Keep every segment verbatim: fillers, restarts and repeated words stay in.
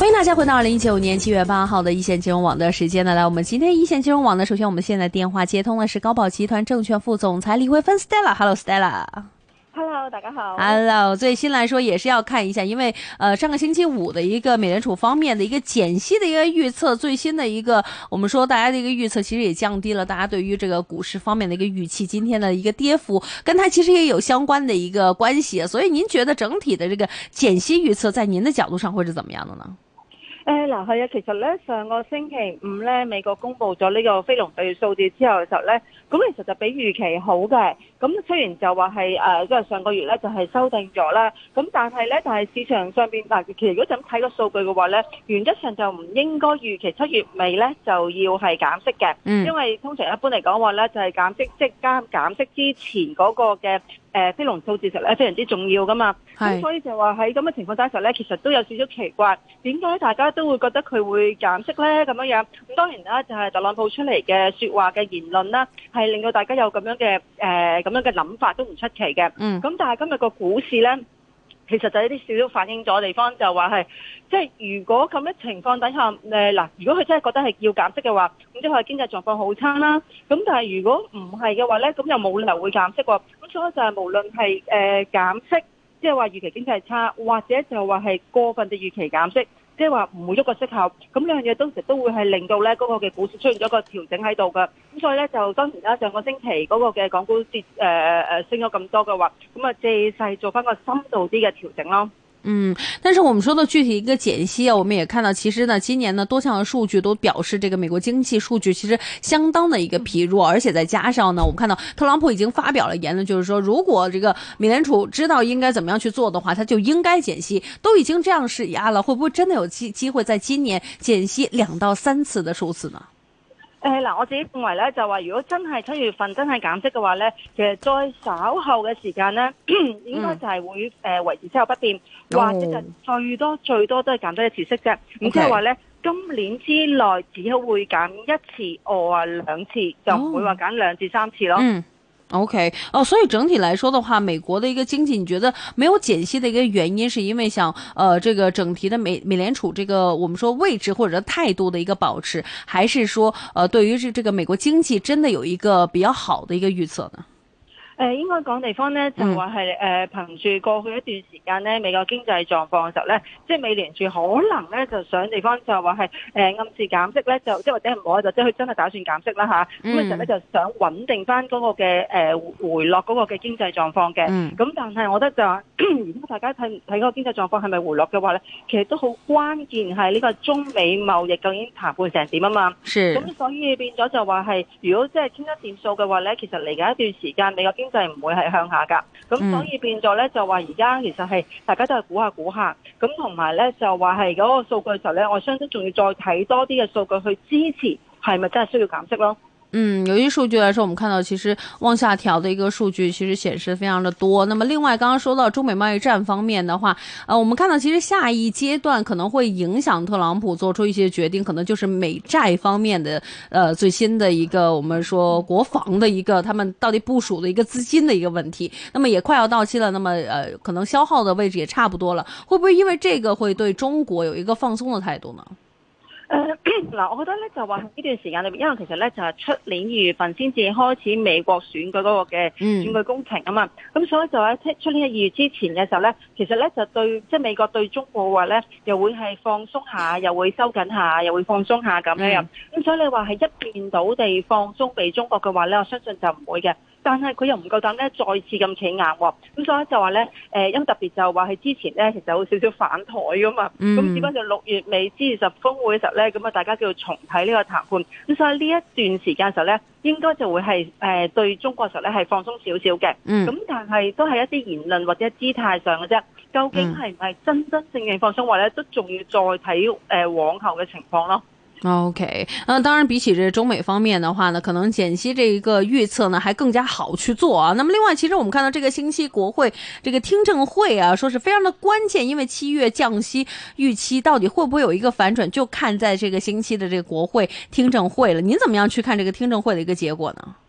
迎大家回到二零一九年七月八号的一线金融网的时间呢，来我们今天一线金融网呢，首先我们现在电话接通的是高宝集团证券副总裁李慧芬 Stella。Hello Stella。Hello， 大家好。 Hello， 最新来说也是要看一下，因为呃上个星期五的一个美联储方面的一个减息的一个预测，最新的一个我们说大家的一个预测，其实也降低了大家对于这个股市方面的一个预期，今天的一个跌幅跟它其实也有相关的一个关系，所以您觉得整体的这个减息预测在您的角度上会是怎么样的呢？ 誒嗱係啊，其實咧上個星期五咧美國公布咗呢個非農就業數字之後嘅時候咧，咁其實就比預期好嘅。咁雖然就話係誒即係上個月咧就係修訂咗啦，咁但係咧但係市場上邊嗱，其實如果就咁睇個數據嘅話咧，原則上就唔應該預期七月尾咧就要係減息嘅，嗯、因為通常一般嚟講話咧就係減息即係加減息之前嗰個嘅。誒非農數字實咧非常之重要噶嘛，咁所以就話喺咁嘅情況底下咧，其實都有少少奇怪，點解大家都會覺得佢會減息咧咁樣樣？咁當然啦，就係特朗普出嚟嘅説話嘅言論啦，係令到大家有咁樣嘅誒咁樣嘅諗法都唔出奇嘅。嗯，咁但係今日個股市咧。其實就有啲少少反映咗地方，就話係即係如果咁嘅情況底下，誒、呃、嗱，如果佢真係覺得係要減息嘅話，咁即係經濟狀況好差啦。咁但係如果唔係嘅話咧，咁又冇理由會減息喎。咁所以就係無論係誒、呃、減息，即係話預期經濟差，或者就話係過分嘅預期減息。即係話唔會喐個息口，咁兩樣嘢當時都會係令到咧嗰個嘅股市出現咗個調整喺度㗎。咁所以咧就當然啦，上個星期嗰個嘅港股跌誒誒升咗咁多嘅話，咁啊借勢做翻個深度啲嘅調整咯。 嗯，但是我們說的具體一個減息啊，我們也看到，其實呢，今年呢多項的數據都表示，這個美國經濟數據其實相當的一個疲弱，而且再加上呢，我們看到特朗普已經發表了言論，就是說，如果這個美聯儲知道應該怎麼樣去做的話，他就應該減息，都已經這樣施壓了，會不會真的有機機會在今年減息兩到三次的數次呢？ 誒嗱，我自己認為咧，就話如果真係七月份真係減息嘅話咧，其實再稍後嘅時間咧，應該就係會誒維持息口不變，嗯、或者就最多最多都係減多一次息啫。咁即係話咧，今年之內只會減一次或啊兩次，就唔會話減兩至三次咯。 嗯 OK， 哦，所以整體來說的話，美國的一個經濟，你覺得沒有減息的一個原因，是因為像呃這個整體的美美聯儲這個我們說位置或者態度的一個保持，還是說呃對於這這個美國經濟真的有一個比較好的一個預測呢？ 誒應該講地方咧，就話係誒憑住過去一段時間咧，美國經濟狀況嘅時候咧，即係美聯儲可能咧就想地方就話係誒暗示減息咧，就即係或者唔好就即係佢真係打算減息啦嚇。咁其實咧就想穩定翻嗰個嘅誒回落嗰個嘅經濟狀況嘅。咁、嗯、但係我覺得就話，如果大家睇睇嗰個經濟狀況係咪回落嘅話咧，其實都好關鍵係呢個中美貿易究竟談判成點啊嘛。咁所以變咗就話係，如果即係傾得掂數嘅話咧，其實嚟緊一段時間美國經就係唔會係向下㗎，咁所以變咗咧就話而家其實係大家都係估下估下，咁同埋咧就話係嗰個數據嘅時候咧，我相信仲要再睇多啲嘅數據去支持係咪真係需要減息咯。 嗯，由於數據來說，我們看到其實往下調的一個數據其實顯示非常的多。那麼另外，剛剛說到中美貿易戰方面的話，呃，我們看到其實下一階段可能會影響特朗普做出一些決定，可能就是美債方面的，呃，最新的一個我們說國防的一個他們到底部署的一個資金的一個問題。那麼也快要到期了，那麼呃，可能消耗的位置也差不多了，會不會因為這個會對中國有一個放鬆的態度呢？ 誒嗱，我覺得咧就話呢段時間裏面，因為其實咧就係出年二月份先至開始美國選舉嗰個嘅選舉工程啊嘛，咁、嗯、所以就喺出年嘅二月之前嘅時候咧，其實咧就對即係美國對中國話咧，又會係放鬆下，又會收緊下，又會放鬆下咁樣樣。咁、嗯、所以你話係一面倒地放鬆俾中國嘅話咧，我相信就唔會嘅。但係佢又唔夠膽咧，再次咁企硬喎，咁所以就話咧，誒，因為特別就話係之前咧，其實有少少反台噶嘛，咁、嗯、只不過就六月尾 G 二十峰會嘅時候咧，咁啊大家叫做重睇呢個談判，咁所以呢一段時間嘅時候咧，應該就會係誒、呃、對中國嘅時候咧係放鬆少少嘅，咁、嗯、但係都係一啲言論或者姿態上嘅啫，究竟係唔係真真正正放鬆話咧，都仲要再睇誒、呃、往後嘅情況咯。 OK，那當然比起這中美方面的話呢，可能減息這一個預測呢，還更加好去做啊。那麼另外，其實我們看到這個星期國會這個聽證會啊，說是非常的關鍵，因為七月降息預期到底會不會有一個反轉，就看在這個星期的這個國會聽證會了。您怎麼樣去看這個聽證會的一個結果呢？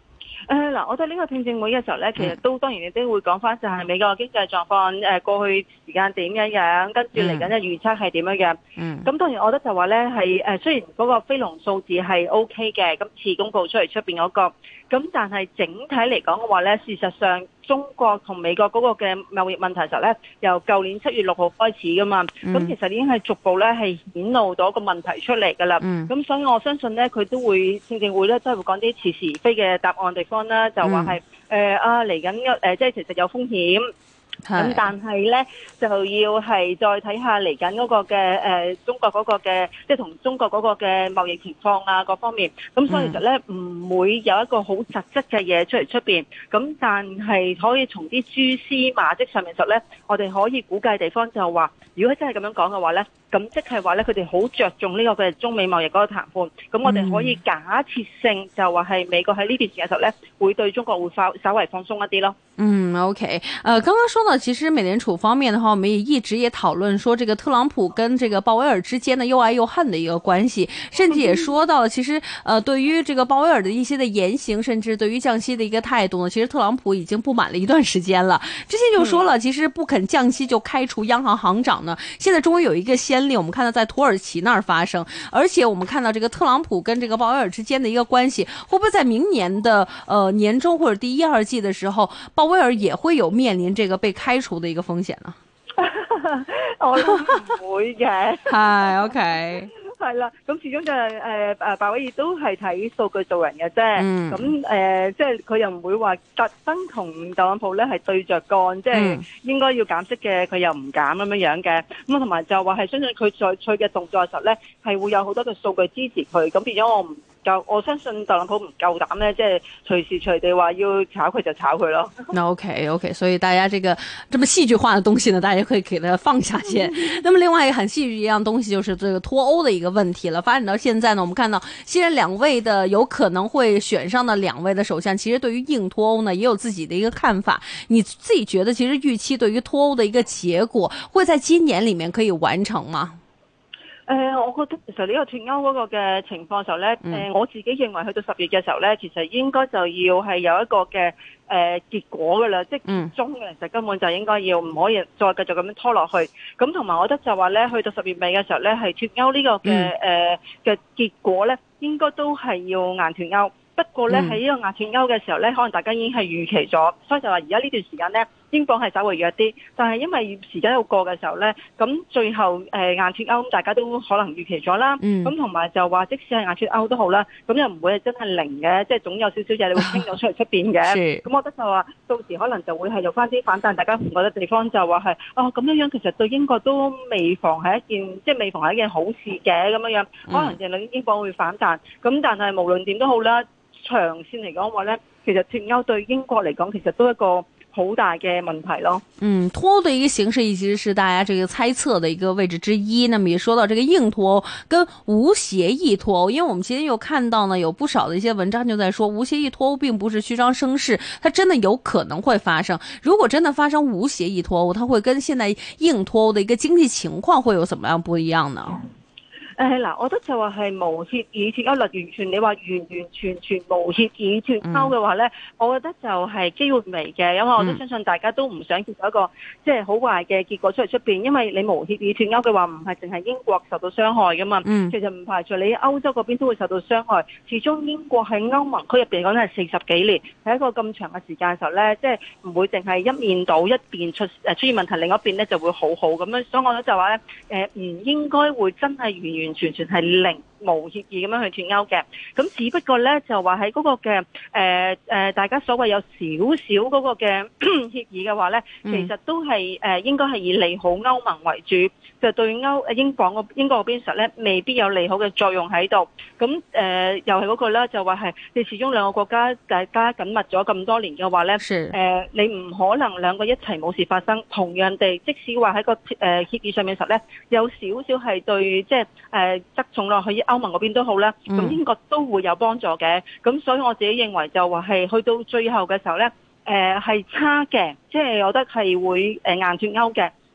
誒嗱，我覺得呢個聽證會嘅時候咧，其實都當然亦都會講翻就係美國經濟狀況誒過去時間點樣樣，跟住嚟緊嘅預測係點樣樣。嗯。咁當然我覺得就話咧係誒，雖然嗰個非農數字係 O K 嘅，今次公佈出嚟出邊嗰個，咁但係整體嚟講嘅話咧，事實上中國同美國嗰個嘅貿易問題嘅時候咧，由舊年七月六號開始噶嘛，咁、嗯、其實已經係逐步咧係顯露到個問題出嚟㗎啦。咁、嗯、所以我相信咧，佢都會聽證會咧都係會講啲似是而非嘅答案地方啦，就話係誒啊嚟緊誒，即係其實有風險。咁但係咧就要係再睇下嚟緊嗰個嘅誒、呃、中國嗰個嘅即係同中國嗰個嘅貿易情況啊各方面，咁所以其實咧唔會有一個好實質嘅嘢出嚟出邊，咁但係可以從啲蛛絲馬跡上面實咧，我哋可以估計地方就係話，如果真係咁樣講嘅話咧，咁即係話咧佢哋好着重呢個嘅中美貿易嗰個談判，咁我哋可以假設性就話係美國喺呢段時間時候咧會對中國會稍稍微放鬆一啲咯。 嗯 ，OK， 呃，剛剛說到，其實美聯儲方面的話，我們也一直也討論說，這個特朗普跟這個鮑威爾之間的又愛又恨的一個關係，甚至也說到了，其實，呃，對於這個鮑威爾的一些的言行，甚至對於降息的一個態度呢，其實特朗普已經不滿了一段時間了。之前就說了，其實不肯降息就開除央行行長呢，現在終於有一個先例，我們看到在土耳其那兒發生，而且我們看到這個特朗普跟這個鮑威爾之間的一個關係，會不會在明年的呃年中或者第一二季的時候，鮑威爾也會有面臨這個被開除的一個風險呢？ 我諗唔會嘅。 係 OK。 係啦，咁始終就係誒誒鮑威爾都係睇數據做人嘅啫。咁誒、呃，即係佢又唔會話特登同特朗普咧係對着幹，嗯、即係應該要減息嘅，佢又唔減咁樣樣嘅。咁同埋就話係相信佢在佢嘅動作嘅時候咧，係會有好多嘅數據支持佢。咁變咗我唔夠，我相信特朗普唔夠膽咧，即係隨時隨地話要炒佢就炒佢咯。 那 OK OK， 所以大家這個這麼戲劇化的東西呢，大家可以給它放下先。那麼另外一個很戲劇一樣東西，就是這個脫歐的一個問題了。發展到現在呢，我們看到現在兩位的有可能會選上的兩位的首相，其實對於硬脫歐呢，也有自己的一個看法。你自己覺得，其實預期對於脫歐的一個結果，會在今年裡面可以完成嗎？ 誒、呃，我覺得其實呢個脫歐嗰個嘅情況時候咧，誒、嗯呃，我自己認為去到十月嘅時候咧，其實應該就要係有一個嘅誒、呃、結果㗎啦，即係結中嘅，其實根本就應該要唔可以再繼續咁樣拖落去。咁同埋我覺得就話咧，去到十月尾嘅時候咧，係脫歐呢個嘅誒嘅結果咧，應該都係要硬脫歐。不過咧喺呢個硬脫歐嘅時候咧，可能大家已經係預期咗，所以就話而家呢段時間咧，英鎊係稍微弱啲，但係因為時間要過嘅時候咧，咁最後誒、呃、硬脫歐，大家都可能預期咗啦。咁同埋就話，即使係硬脫歐都好啦，咁又唔會係真係零嘅，即係總有少少嘢你會傾到出嚟出邊嘅。咁我覺得就話，到時可能就會係有翻啲反彈，大家唔覺得地方就話係哦咁樣樣，其實對英國都未妨係一件，即係未妨係一件好事嘅咁樣樣，可能就令英鎊會反彈。咁但係無論點都好啦。長線嚟講話咧，其實脫歐對英國嚟講，其實都係一個好大嘅問題咯。 嗯，脫歐的一個形式一直是大家這個猜測的一個位置之一。那麼也說到這個硬脫歐跟無協議脫歐，因為我們今天又看到呢，有不少的一些文章就在說，無協議脫歐並不是虛張聲勢，它真的有可能會發生。如果真的發生無協議脫歐，它會跟現在硬脫歐的一個經濟情況會有怎麼樣不一樣呢？ 誒嗱，我覺得就話係無協議脫歐啦，完全你話完完全全無協議脫歐嘅話咧，嗯、我覺得就係機會微嘅，因為我都相信大家都唔想見到一個即係好壞嘅結果出嚟出邊，因為你無協議脫歐嘅話，唔係淨係英國受到傷害噶嘛，嗯、其實唔排除你歐洲嗰邊都會受到傷害。始終英國喺歐盟區入邊講緊係四十幾年，係一個咁長嘅時間嘅時候咧，即係唔會淨係一面倒一邊出誒出現問題，另一邊咧就會好好咁樣。所以我覺得就話咧，誒唔應該會真係完完全全係零無協議咁樣去脫歐嘅，咁只不過咧就話喺嗰個嘅誒誒，大家所謂有少少嗰個嘅協議嘅話咧，其實都係誒、呃、應該係以利好歐盟為主，就對歐誒英鎊個英國嗰邊實咧未必有利好嘅作用喺度。咁誒、呃、又係嗰個啦，就話係你始終兩個國家大家緊密咗咁多年嘅話咧，誒是、呃、你唔可能兩個一齊冇事發生。同樣地，即使話喺個誒、呃、協議上面實咧有少少係對即係誒側重落去歐盟嗰邊都好啦，咁英國都會有幫助嘅。咁所以我自己認為就話係去到最後嘅時候咧，誒、呃、係差嘅，即係我覺得係會誒硬脫歐嘅。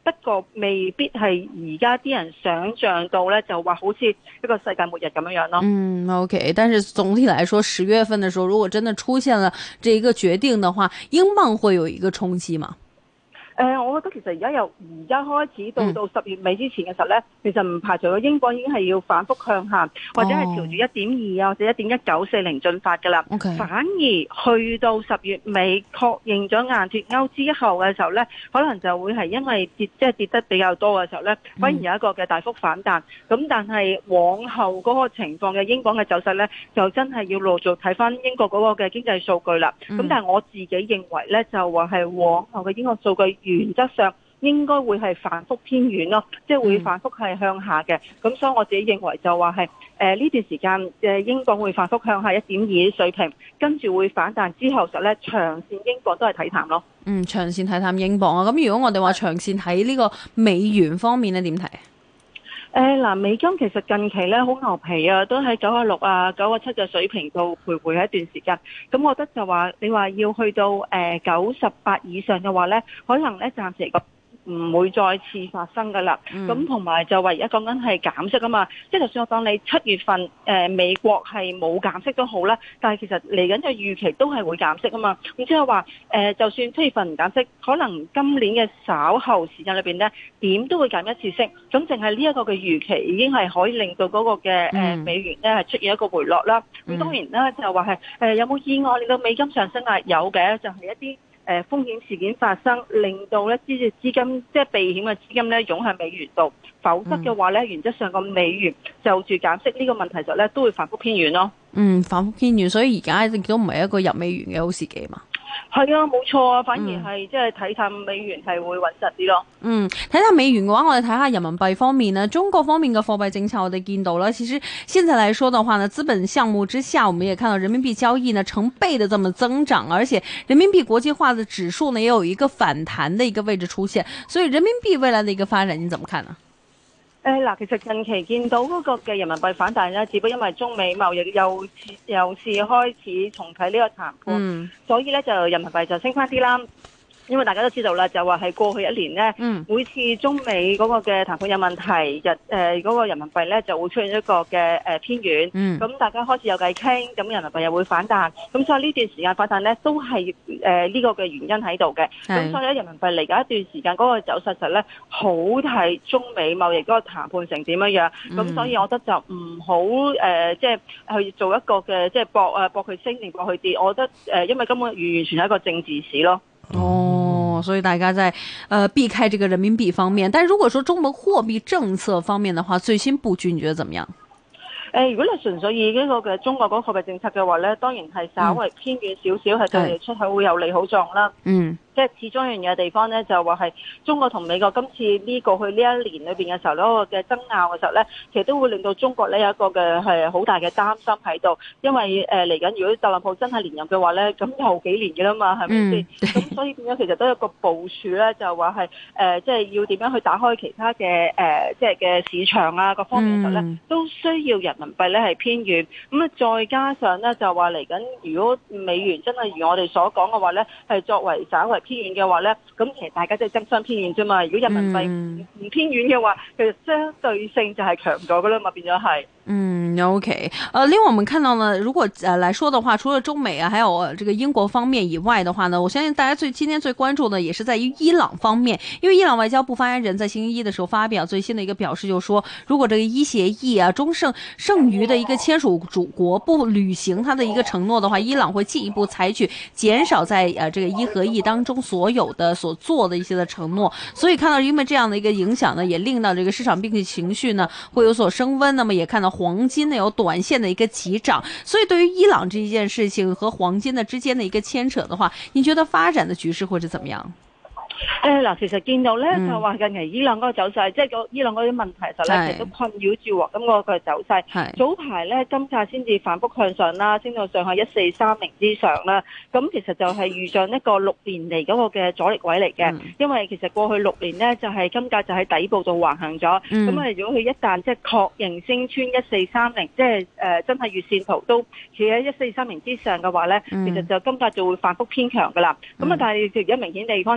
不過未必係而家啲人想象到咧，就話好似一個世界末日咁樣樣咯。 嗯，OK，但是總體來說，十月份的時候，如果真的出現了這一個決定的話，英鎊會有一個衝擊嗎？ 誒、呃，我覺得其實而家由而家開始到到十月尾之前嘅時候咧，嗯、其實唔排除個英鎊已經係要反覆向下，或者係朝住一點二啊，或者一點一九四零進發㗎啦。 Okay. 反而去到十月尾確認咗硬脱歐之後嘅時候咧，可能就會係因為跌即係跌得比較多嘅時候咧，反而有一個嘅大幅反彈。咁、嗯、但係往後嗰個情況嘅英鎊嘅走勢咧，就真係要陸續睇翻英國嗰個嘅經濟數據啦。咁、嗯、但係我自己認為咧，就話係往後嘅英國數據原則上應該會係反覆偏軟咯，即係會反覆係向下嘅。咁、嗯、所以我自己認為就話係誒呢段時間嘅英鎊會反覆向下一點二水平，跟住會反彈之後實咧長線英鎊都係睇淡咯。嗯， 長線睇淡英鎊啊。咁如果我哋話長線睇呢個美元方面咧，點睇？ 誒嗱，美金其實近期咧好牛皮啊，都喺九啊六啊、九啊七嘅水平度徘徊一段時間。咁我覺得就話你話要去到誒九十八以上嘅話咧，可能咧暫時個唔會再次發生㗎啦。咁同埋就話而家講緊係減息啊嘛，即係就算我當你七月份誒、呃、美國係冇減息都好啦，但係其實嚟緊嘅預期都係會減息啊嘛。咁即係話誒，就算七月份唔減息，可能今年嘅稍後時間裏邊咧，點都會減一次息。咁淨係呢一個嘅預期已經係可以令到嗰個嘅誒美元咧係出現一個回落啦。咁、嗯、當然啦，就話係誒有冇意外令到美金上升啊？有嘅，就係、是、一啲。誒風險事件發生，令到咧資資金即係避險嘅資金咧湧向美元度，否則嘅話咧，原則上個美元就住減息呢個問題就咧都會反覆偏軟咯。 嗯，反覆偏軟，所以而家亦都唔係一個入美元嘅好時機嘛。 係啊，冇錯啊，反而係即係睇淡美元係會穩實啲咯。 嗯，睇淡美元嘅話，我哋睇下人民幣方面呢，中國方面嘅貨幣政策我哋見到了。其實現在來說的話呢，資本項目之下，我們也看到人民幣交易呢成倍的這麼增長，而且人民幣國際化的指數呢也有一個反彈的一個位置出現。所以人民幣未來的一個發展，你怎麼看呢？ 誒嗱，其實近期見到嗰個嘅人民幣反彈咧，只不過因為中美貿易又又是開始重啟呢個談判，嗯、所以咧就人民幣就升翻啲啦。因為大家都知道啦，就話係過去一年呢，嗯、每次中美嗰個嘅談判有問題，日誒嗰個人民幣咧就會出現一個嘅誒、呃、偏軟。咁、嗯、大家開始有計傾，咁人民幣又會反彈。咁所以呢段時間反彈咧，都係誒呢個嘅原因喺度嘅。咁所以咧，人民幣嚟緊一段時間嗰個走勢實咧，好睇中美貿易嗰個談判成點樣樣。咁、嗯、所以我覺得就唔好誒，即係去做一個嘅即係搏啊搏佢升定搏佢跌。我覺得誒、呃，因為根本完完全係一個政治市咯。 哦，所以大家在呃避開這個人民幣方面，但如果說中國貨幣政策方面的話，最新布局你覺得怎麼樣？誒、 呃，如果你純粹以呢個嘅中國嗰個貨幣政策嘅話咧，當然係稍微偏遠少少，係、嗯、對出口會有利好作用啦。嗯。即係始終一樣嘢地方咧，就話係中國同美國今次呢過去呢一年裏邊嘅時候嗰個嘅爭拗嘅時候咧，其實都會令到中國咧有一個嘅係好大嘅擔心喺度，因為誒嚟緊如果特朗普真係連任嘅話咧，咁又幾年嘅啦嘛，係咪先？咁、嗯、所以變咗其實都有一個部署咧，就話係誒即係要點樣去打開其他嘅誒即係嘅市場啊各方面嘅時候咧，嗯、都需要人民幣咧係偏軟。咁啊再加上咧就話嚟緊，如果美元真係如我哋所講嘅話咧，係作為稍為偏軟嘅話咧，咁其實大家都係爭相偏軟啫嘛。如果人民幣唔偏軟嘅話，其實相對性就係強咗噶啦嘛，變咗係。嗯 ，OK，呃，另外我們看到呢，如果呃來說的話，除了中美啊，還有這個英國方面以外的話呢，我相信大家最今天最關注的也是在於伊朗方面，因為伊朗外交部發言人在星期一的時候發表最新的一個表示，就說如果這個伊協議啊中剩剩餘的一個簽署主國不履行他的一個承諾的話，伊朗會進一步採取減少在呃這個伊核議當中所有的所做的一些的承諾。所以看到因為這樣的一個影響呢，也令到這個市場並且情緒呢會有所升溫。那麼也看到黃金呢有短線的一個急漲，所以對於伊朗這一件事情和黃金的之間的一個牽扯的話，你覺得發展的局勢會是怎麼樣？ 誒嗱，其實見到咧、嗯、就話近期伊朗嗰個走勢，即係個伊朗嗰啲問題實咧，其實都困擾住黃金嗰個走勢。係早排咧，金價先至反覆向上啦，升到上去一四三零之上啦。咁其實就係遇上一個六年嚟嗰個嘅阻力位嚟嘅，嗯、因為其實過去六年咧就係、是、金價就喺底部度橫行咗。咁啊、嗯，如果佢一旦即係確認升穿一四三零，即係誒真係月線圖都企喺一四三零之上嘅話咧，嗯、其實就金價就會反覆偏強噶啦。咁啊、嗯，但係而家明顯地方就係、是。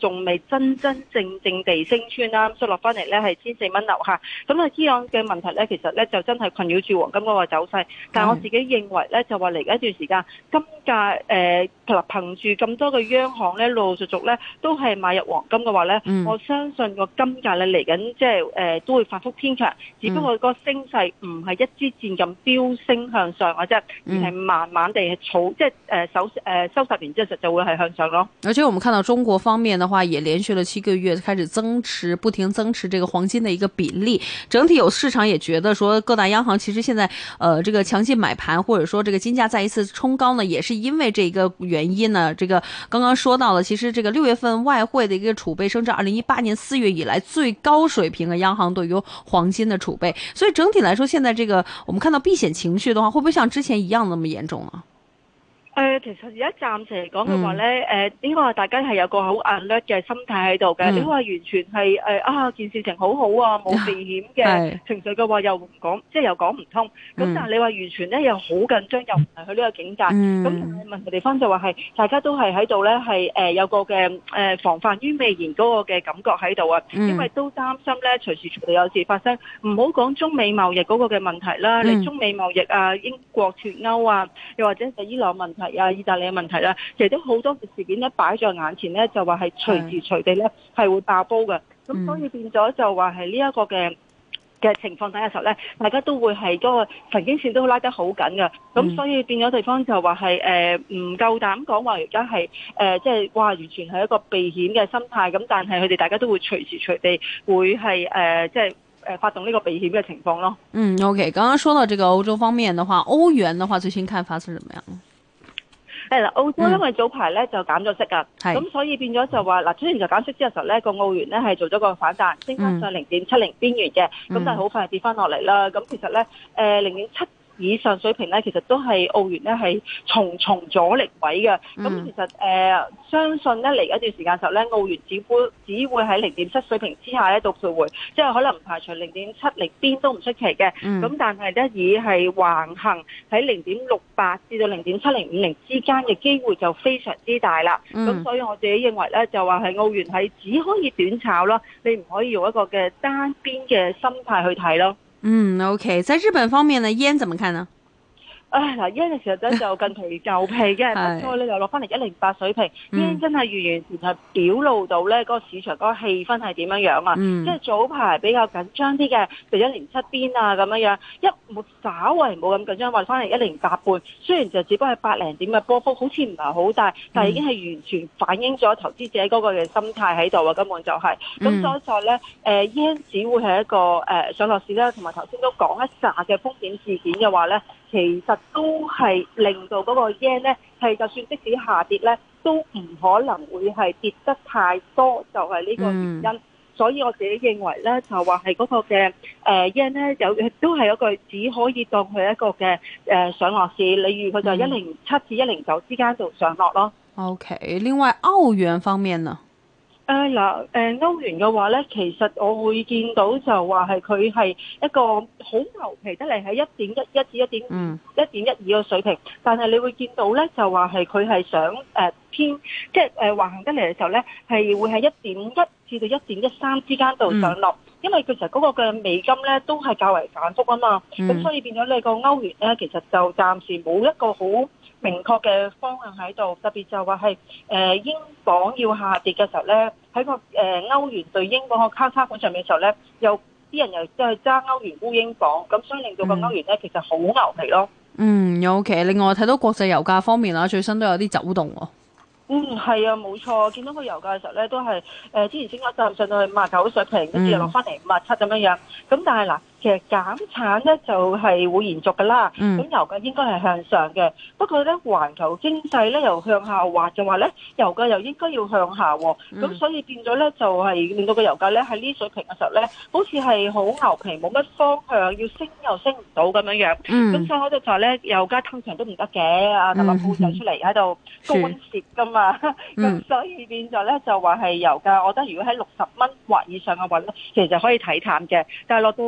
仲未真真正正地升穿啦，所以落翻嚟咧係千四蚊樓下。咁啊，伊朗嘅問題咧，其實咧就真係困擾住黃金嗰個走勢。但係我自己認為咧，就話嚟緊一段時間，金價誒嗱憑住咁多嘅央行咧，陸陸續續咧都係買入黃金嘅話咧，嗯、我相信個金價咧嚟緊即係誒都會反覆偏強，只不過個升勢唔係一支箭咁飆升向上嘅啫，而係慢慢地係儲即係誒收誒收拾完之後，就會係向上咯。 而且我們看到中國方面的話，也連續了七個月開始增持，不停增持這個黃金的一個比例。整體有市場也覺得說，各大央行其實現在呃這個強勁買盤，或者說這個金價再一次衝高呢，也是因為這個原因呢。這個剛剛說到了，其實這個六月份外匯的一個儲備升至二零一八年四月以來最高水平嘅央行對於黃金的儲備，所以整體來說，現在這個我們看到避險情緒的話，會不會像之前一樣那麼嚴重啊？ 誒、呃，其實而家暫時嚟講嘅話咧，誒、嗯，應該話大家係有個好 alert 嘅心態喺度嘅。嗯、你話完全係誒、呃、啊，件事情好好啊，冇避險嘅情緒嘅話，又唔講，即係又講唔通。咁、嗯、但係你話完全咧又好緊張，又唔係去呢個境界。咁、嗯、但係問題地方就話係大家都係喺度咧，係誒有個嘅誒防範於未然嗰個嘅感覺喺度啊。嗯、因為都擔心咧隨時隨地有事發生。唔好講中美貿易嗰個嘅問題啦，嗯、你中美貿易啊，英國脫歐啊，又或者係伊朗問題。係啊，意大利嘅問題啦，其實都好多嘅事件咧擺在眼前咧，就話係隨時隨地咧係會爆煲嘅。咁、嗯、所以變咗就話係呢一個嘅嘅情況底下時候咧，大家都會係嗰個神經線都拉得好緊嘅。咁、嗯、所以變咗地方就話係誒唔夠膽講話而家係誒即係哇完全係一個避險嘅心態。咁但係佢哋大家都會隨時隨地會係誒即係誒發動呢個避險嘅情況咯。 嗯 ，OK， 剛剛說到這個歐洲方面的話，歐元的話最新看法是怎麼樣？ 係啦，澳洲因為早排咧就減咗息㗎，咁、嗯、所以變咗就話嗱，之前就減息之後時候咧，個澳元咧係做咗個反彈，升翻上零點七零邊緣嘅，咁、嗯、但係好快跌翻落嚟啦。咁其實咧，誒零點七以上水平咧，其實都係澳元咧係重重阻力位嘅。咁、嗯、其實誒、呃、相信咧嚟一段時間時候咧，澳元只會只會喺零點七水平之下咧度徘徊，即係可能唔排除零點七零邊都唔出奇嘅。咁、嗯、但係咧以係橫行喺零點六八至到零點七零五零之間嘅機會就非常之大啦。咁、嗯、所以我自己認為咧就話係澳元係只可以短炒咯，你唔可以用一個嘅單邊嘅心態去睇咯。 嗯 OK， 在日本方面呢，yen 怎麼看呢？ 唉嗱，yen嘅時候咧就近期舊皮嘅，不過咧又落翻嚟一零八水平，yen 真係完完全係表露到咧嗰個市場嗰個氣氛係點樣樣啊！嗯、即係早排比較緊張啲嘅，就一零七邊啊咁樣樣，一冇稍為冇咁緊張，話翻嚟一零八半，雖然就只不過係百零點嘅波幅，好似唔係好大，但係已經係完全反映咗投資者嗰個嘅心態喺度啊！根本就係、是、咁，嗯、所以就咧誒 yen 只會係一個誒、呃、上落市啦，同埋頭先都講一紮嘅風險事件嘅話咧。其實都係令到嗰個 yen 咧，係就算即使下跌咧，都唔可能會係跌得太多，就係、是、呢個原因。嗯、所以我自己認為咧，就話係嗰個嘅誒 yen 咧，有都係一個只可以當佢一個嘅誒、呃、上落市，例如佢就係一零七至一零九之間度上落咯。 OK，另外澳元方面呢？ 誒嗱，誒歐元嘅話咧，其實我會見到就話係佢係一個好牛皮得嚟，喺一點一一至一點一點一二個水平，但係你會見到咧就話係佢係想誒偏，即係誒橫行得嚟嘅時候咧，係會喺一點一至到一點一三之間度上落，嗯、因為其實嗰個嘅美金咧都係較為反覆啊嘛，咁、嗯、所以變咗你個歐元咧，其實就暫時冇一個好明確嘅方向喺度，特別就話係誒英鎊要下跌嘅時候咧，喺個誒歐元對英鎊個交叉盤上面嘅時候咧，又啲人又即係揸歐元沽英鎊，咁所以令到個歐元咧其實好牛皮咯。嗯 ，OK。另外睇到國際油價方面啦，最新都有啲走動喎。 嗯，係啊，冇錯，見到個油價嘅時候咧，都係誒、呃、之前升咗站上到去五十九水平，跟住又落翻嚟五十七咁樣樣。咁但係嗱，其實減產咧就係、是、會延續㗎啦。咁、嗯、油價應該係向上嘅，不過咧環球經濟咧又向下滑，就話咧油價又應該要向下喎。咁、嗯、所以變咗咧就係、是、令到個油價咧喺呢水平嘅時候咧，好似係好牛皮，冇乜方向，要升又升唔到咁樣樣。咁、嗯、所以我就話咧，油價通常都唔得嘅，啊特朗普就出嚟喺度干涉㗎嘛。咁、嗯、所以變咗咧就話係油價，我覺得如果喺六十蚊或以上嘅話咧，其實可以睇淡嘅。但係落到五十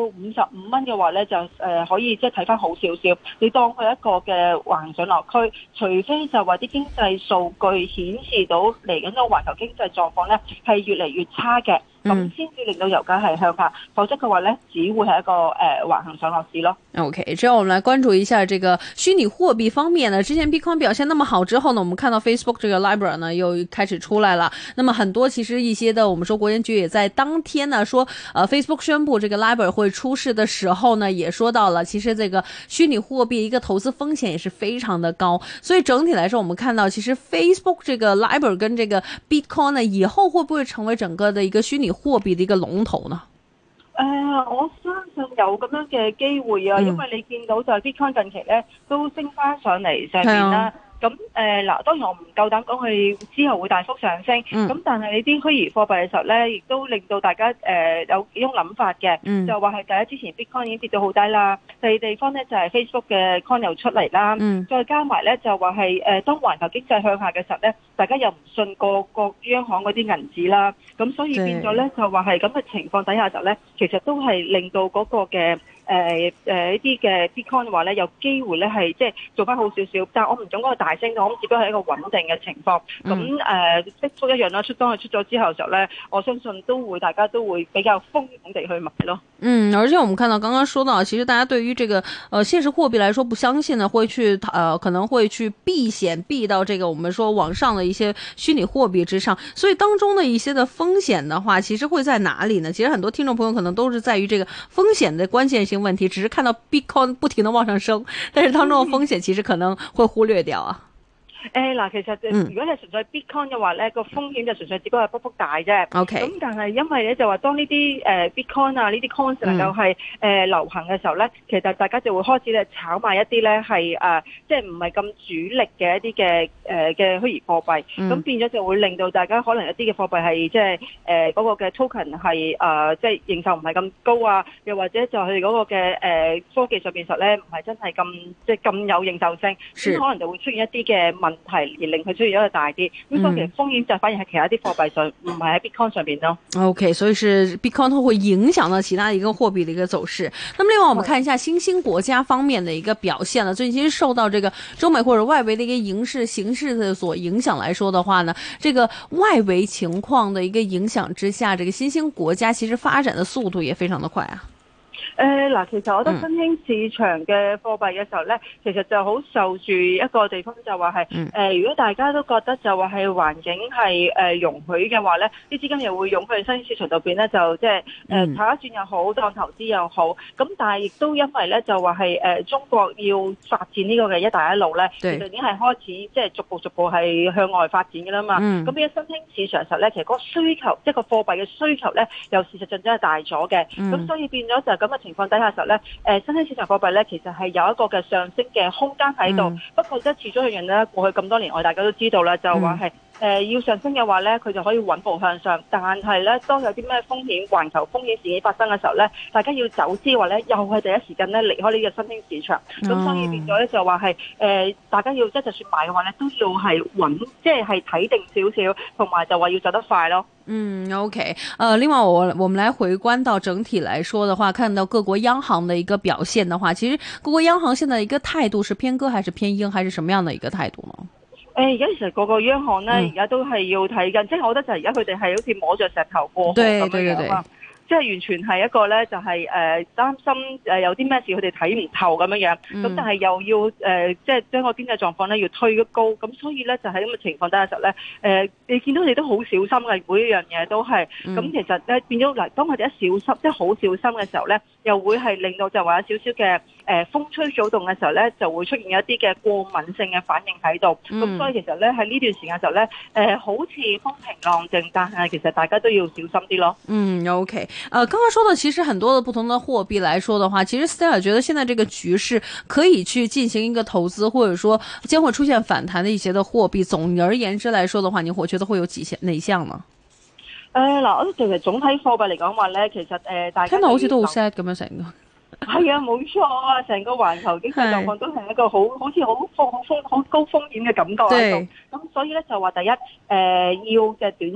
五蚊嘅話咧，就誒、呃、可以即係睇翻好少少。你當佢一個嘅橫上落區，除非就話啲經濟數據顯示到嚟緊個環球經濟狀況咧係越嚟越差嘅。咁先至令到油價係向下，否則嘅話呢，只會係一個誒、呃、橫行上落市咯。 OK，之後我們來關注一下這個虛擬貨幣方面呢。之前 Bitcoin 表現那麼好之後呢，我們看到 Facebook 這個 Libra 呢又開始出來了。那麼很多其實一些的，我們說國監局也在當天呢說，呃 Facebook 宣布這個 Libra 會出事的時候呢，也說到了，其實這個虛擬貨幣一個投資風險也是非常的高。所以整體來說，我們看到其實 Facebook 這個 Libra 跟這個 Bitcoin 呢，以後會不會成為整個的一個虛擬貨幣的一個龍頭呢？ 誒、呃，我相信有咁樣嘅機會啊，嗯、因為你見到就係 Bitcoin 近期咧都升翻上嚟上邊啦。咁誒嗱，當然我唔夠膽講佢之後會大幅上升。咁、嗯、但係你啲虛擬貨幣嘅時候咧，亦都令到大家誒、呃、有幾種諗法嘅，嗯、就話係第一之前 Bitcoin 已經跌到好低啦，第二地方咧就係、是、Facebook 嘅 coin 又出嚟啦，嗯、再加埋咧就話係誒當環球經濟向下嘅時候咧，大家又唔信個個央行嗰啲銀紙啦，咁所以變咗咧就話係咁嘅情況底下就咧，其實都係令到嗰個嘅。誒誒一啲嘅 Bitcoin 嘅話咧，有機會咧係即係做翻好少少，但係我唔講嗰個大升，我諗只不過係一個穩定嘅情況。咁誒，Facebook 一樣啦，出當佢出咗之後嘅時候咧，我相信都會大家都會比較瘋狂地去買咯。嗯， 而且我們看到剛剛說到，其實大家對於這個呃現實貨幣來說不相信呢，會去呃可能會去避險避到這個我們說網上的一些虛擬貨幣之上，所以當中的一些的風險的話，其實會在哪裡呢？其實很多聽眾朋友可能都是在於這個風險的關鍵性問題，只是看到 Bitcoin 不停地往上升，但是當中的風險其實可能會忽略掉啊。 誒嗱、呃，其實如果你純粹 Bitcoin 嘅話咧，個、嗯、風險就純粹只不過係波幅大啫。 OK。 咁但係因為咧就話當呢啲誒 Bitcoin 啊呢啲 coins 能夠係誒流行嘅時候咧，其實大家就會開始咧炒賣一啲咧係誒即係唔係咁主力嘅一啲嘅誒嘅虛擬貨幣。咁、嗯、變咗就會令到大家可能一啲嘅貨幣係即係誒嗰個嘅 token 係誒即係認受唔係咁高啊，又或者就係嗰個嘅誒、呃、科技上面實咧唔係真係咁即係咁有認受性，咁可能就會出現一啲嘅問題。係而令佢出現一個大啲，咁所以其實風險就反而係其他啲貨幣上，唔係喺 Bitcoin 上邊咯。OK， 所以是 Bitcoin 都會影響到其他一個貨幣的一個走勢。那麼另外我們看一下新興國家方面的一個表現呢，最近其實受到這個中美或者外圍的一個形勢形勢的所影響來說的話呢，這個外圍情況的一個影響之下，這個新興國家其實發展的速度也非常的快啊。 誒嗱、呃，其實我覺得新興市場嘅貨幣嘅時候咧，嗯、其實就好受住一個地方就話係誒，如果大家都覺得就話係環境係誒、呃、容許嘅話咧，啲資金又會湧去新興市場度邊咧，就即係誒炒一轉又好，當投資又好。咁但係亦都因為咧就話係誒中國要發展呢個嘅一帶一路咧，對其實已經係開始即係逐步逐步係向外發展嘅啦嘛。咁呢個新興市場實咧，其實嗰個需求即係個貨幣嘅需求咧，又事實上真係大咗嘅。咁、嗯、所以變咗就係咁嘅情況底下時候咧，誒新興市場貨幣咧，其實係有一個嘅上升嘅空間喺度。嗯、不過即係始終一樣咧，過去咁多年我大家都知道啦，就話係誒要上升嘅話咧，佢就可以穩步向上。但係咧，當有啲咩風險、環球風險事件發生嘅時候咧，大家要走資嘅話咧，又係第一時間咧離開呢個新興市場。咁、哦、所以變咗咧就話係誒，大家要即係就算買嘅話咧，都要係穩，即係係睇定少少，同埋就話要走得快咯。 嗯 ，OK，呃，另外我我們來回觀到整體來說的話，看到各國央行的一個表現的話，其實各國央行現在一個態度是偏鴿還是偏鷹，還是什麼樣的一個態度呢？ 誒，而家其實個個央行咧，而家、嗯、都係要睇緊，即係我覺得就係而家佢哋係好似摸着石頭過河咁樣樣啊。即係完全係一個咧，就係誒擔心誒有啲咩事佢哋睇唔透咁樣樣，咁、嗯、但係又要誒、呃、即係將個經濟狀況咧要推高，咁所以咧就喺咁嘅情況底下時候咧，誒、呃、你見到佢哋都好小心嘅，每一樣嘢都係，咁、嗯、其實咧變咗嗱，當佢哋一小心，即係好小心嘅時候咧，又會係令到就話有少少嘅誒風吹草動嘅時候咧，就會出現一啲嘅過敏性嘅反應喺度，咁、嗯、所以其實咧喺呢段時間就咧誒、呃、好似風平浪靜，但係其實大家都要小心啲咯。 嗯 ，OK。呃，剛剛說的其實很多的不同的貨幣來說的話，其實 Stella 覺得現在這個局勢可以去進行一個投資，或者說將會出現反彈的一些的貨幣。總而言之來說的話，你我覺得會有幾項哪項呢？ 誒，嗱，我覺得其實總體貨幣嚟講話咧，其實誒、呃，大家聽到好似都好 sad 咁樣成個。係啊，冇錯啊，成個環球經濟狀況都係一個好好似好風好風好高風險嘅感覺喺度。咁所以咧就話第一，誒、呃、要嘅短線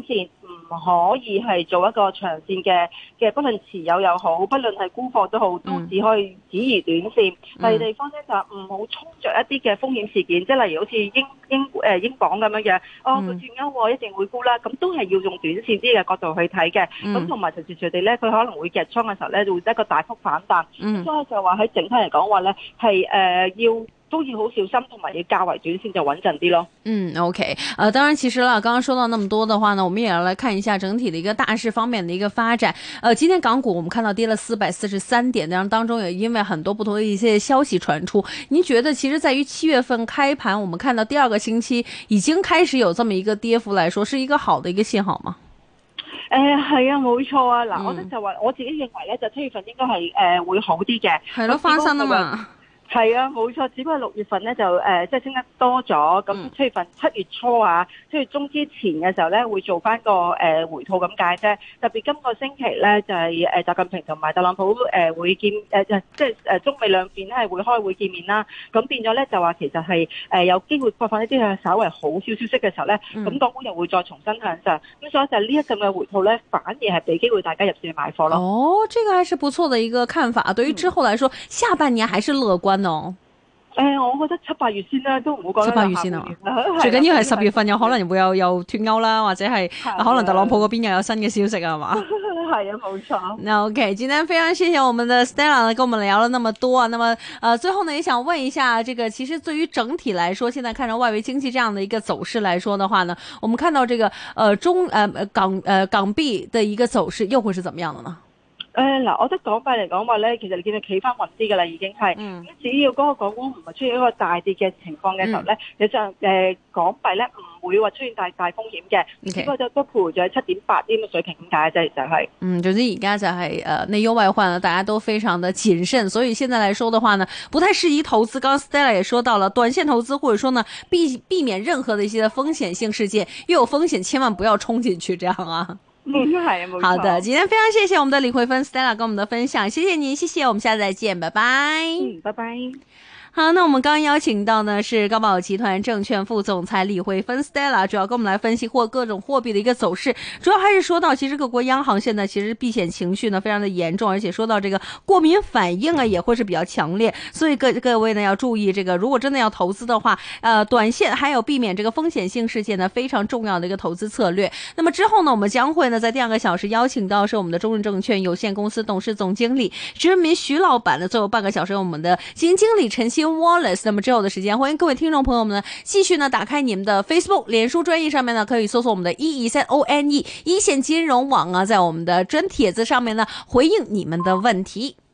唔可以係做一個長線嘅嘅，不論持有又好，不論係沽貨都好，都只可以只宜短線。嗯、第二地方咧就唔好衝着一啲嘅風險事件，即係例如好似英英誒英鎊咁樣嘅，哦佢脫歐一定會沽啦，咁都係要用短線啲嘅角度去睇嘅。咁同埋隨時隨地咧，佢可能會夾倉嘅時候咧，就會一個大幅反彈。嗯、所以就話喺整體嚟講話咧，係誒、呃、要。都要好小心，同埋要較為短線就穩陣啲咯。 嗯 ，OK， 呃，當然其實啦，剛剛說到那麼多的話呢，我們也要來看一下整體的一個大勢方面的一個發展。呃，今天港股我們看到跌了四百四十三點，當然當中也因為很多不同的一些消息傳出。您覺得其實在於七月份開盤，我們看到第二個星期已經開始有這麼一個跌幅來說，是一個好的一個信號嗎？ 誒係啊，冇錯啊。嗱、嗯，我覺得就話我自己認為咧，就七月份應該係誒、呃、會好啲嘅。係咯，翻身啊嘛。係啊，冇錯，只不過六月份咧就誒即係升得多咗，咁七月份七月初啊，七月中之前嘅時候咧會做翻個誒、呃、回吐咁解啫。特別今個星期咧就係誒習近平同埋特朗普誒、呃、會見誒、呃、即係誒中美兩邊咧係會開會見面啦。咁變咗咧就話其實係誒、呃、有機會發放一啲嘅稍微好少消息嘅時候咧，咁港股又會再重新向上。咁所以就呢一陣嘅回吐咧，反而係俾機會大家入市買貨咯。 哦，這個還是不錯的一個看法。對於之後來說，嗯、下半年還是樂觀。No. 誒、呃，我覺得七八月先啦，都唔好講。 七八月先啊，最緊要係十月份有可能會有有脫歐啦，或者係可能特朗普嗰邊又有新嘅消息啊，係嘛？ 係啊，冇錯。 那 OK， 今天非常謝謝我們的 Stella 呢，跟我們聊了那麼多啊。那麼，呃，最後呢，也想問一下，這個其實對於整體來說，現在看着外圍經濟這樣的一個走勢來說的話呢，我們看到這個呃中呃港呃港幣的一個走勢又會是怎麼樣的呢？ 誒嗱、呃，我覺得港幣嚟講話咧，其實你見佢企翻穩啲嘅啦，已經係。嗯。只要嗰個港股唔係出現一個大跌嘅情況嘅時候咧，其實誒、呃、港幣咧唔會話出現大大風險嘅。O K。不過就都徘徊喺七點八呢個水平咁解啫，就係、是。嗯，總之而家就係誒內憂外患，大家都非常的謹慎，所以現在來說的話呢，不太適宜投資。剛剛 Stella 也說到了，短線投資或者說呢避避免任何的一些風險性事件，又有風險，千萬不要衝進去，這樣啊。嗯，係啊，冇錯。好的，今天非常謝謝我們的李慧芬 Stella 跟我們的分享，謝謝您，謝謝，我們下次再見，拜拜。嗯，拜拜。好，那我們剛剛邀請到呢是高寶集團證券副總裁李慧芬 Stella， 主要跟我們來分析或各種貨幣的一個走勢，主要還是說到其實各國央行現在其實避險情緒呢非常的嚴重，而且說到這個過敏反應啊也會是比較強烈，所以各各位呢要注意這個，如果真的要投資的話，呃，短線還有避免這個風險性事件呢非常重要的一個投資策略。那麼之後呢，我們將會呢在第二個小時邀請到是我們的中信證券有限公司董事總經理徐潤民徐老闆呢，最後半個小時我們的基金經理陳昕 Wallace。那麼之後的時間，歡迎各位聽眾朋友們呢，繼續呢打開你們的 Facebook 臉書專頁上面呢，可以搜索我們的 E E Z O N E 一線金融網啊，在我們的專帖子上面呢回應你們的問題。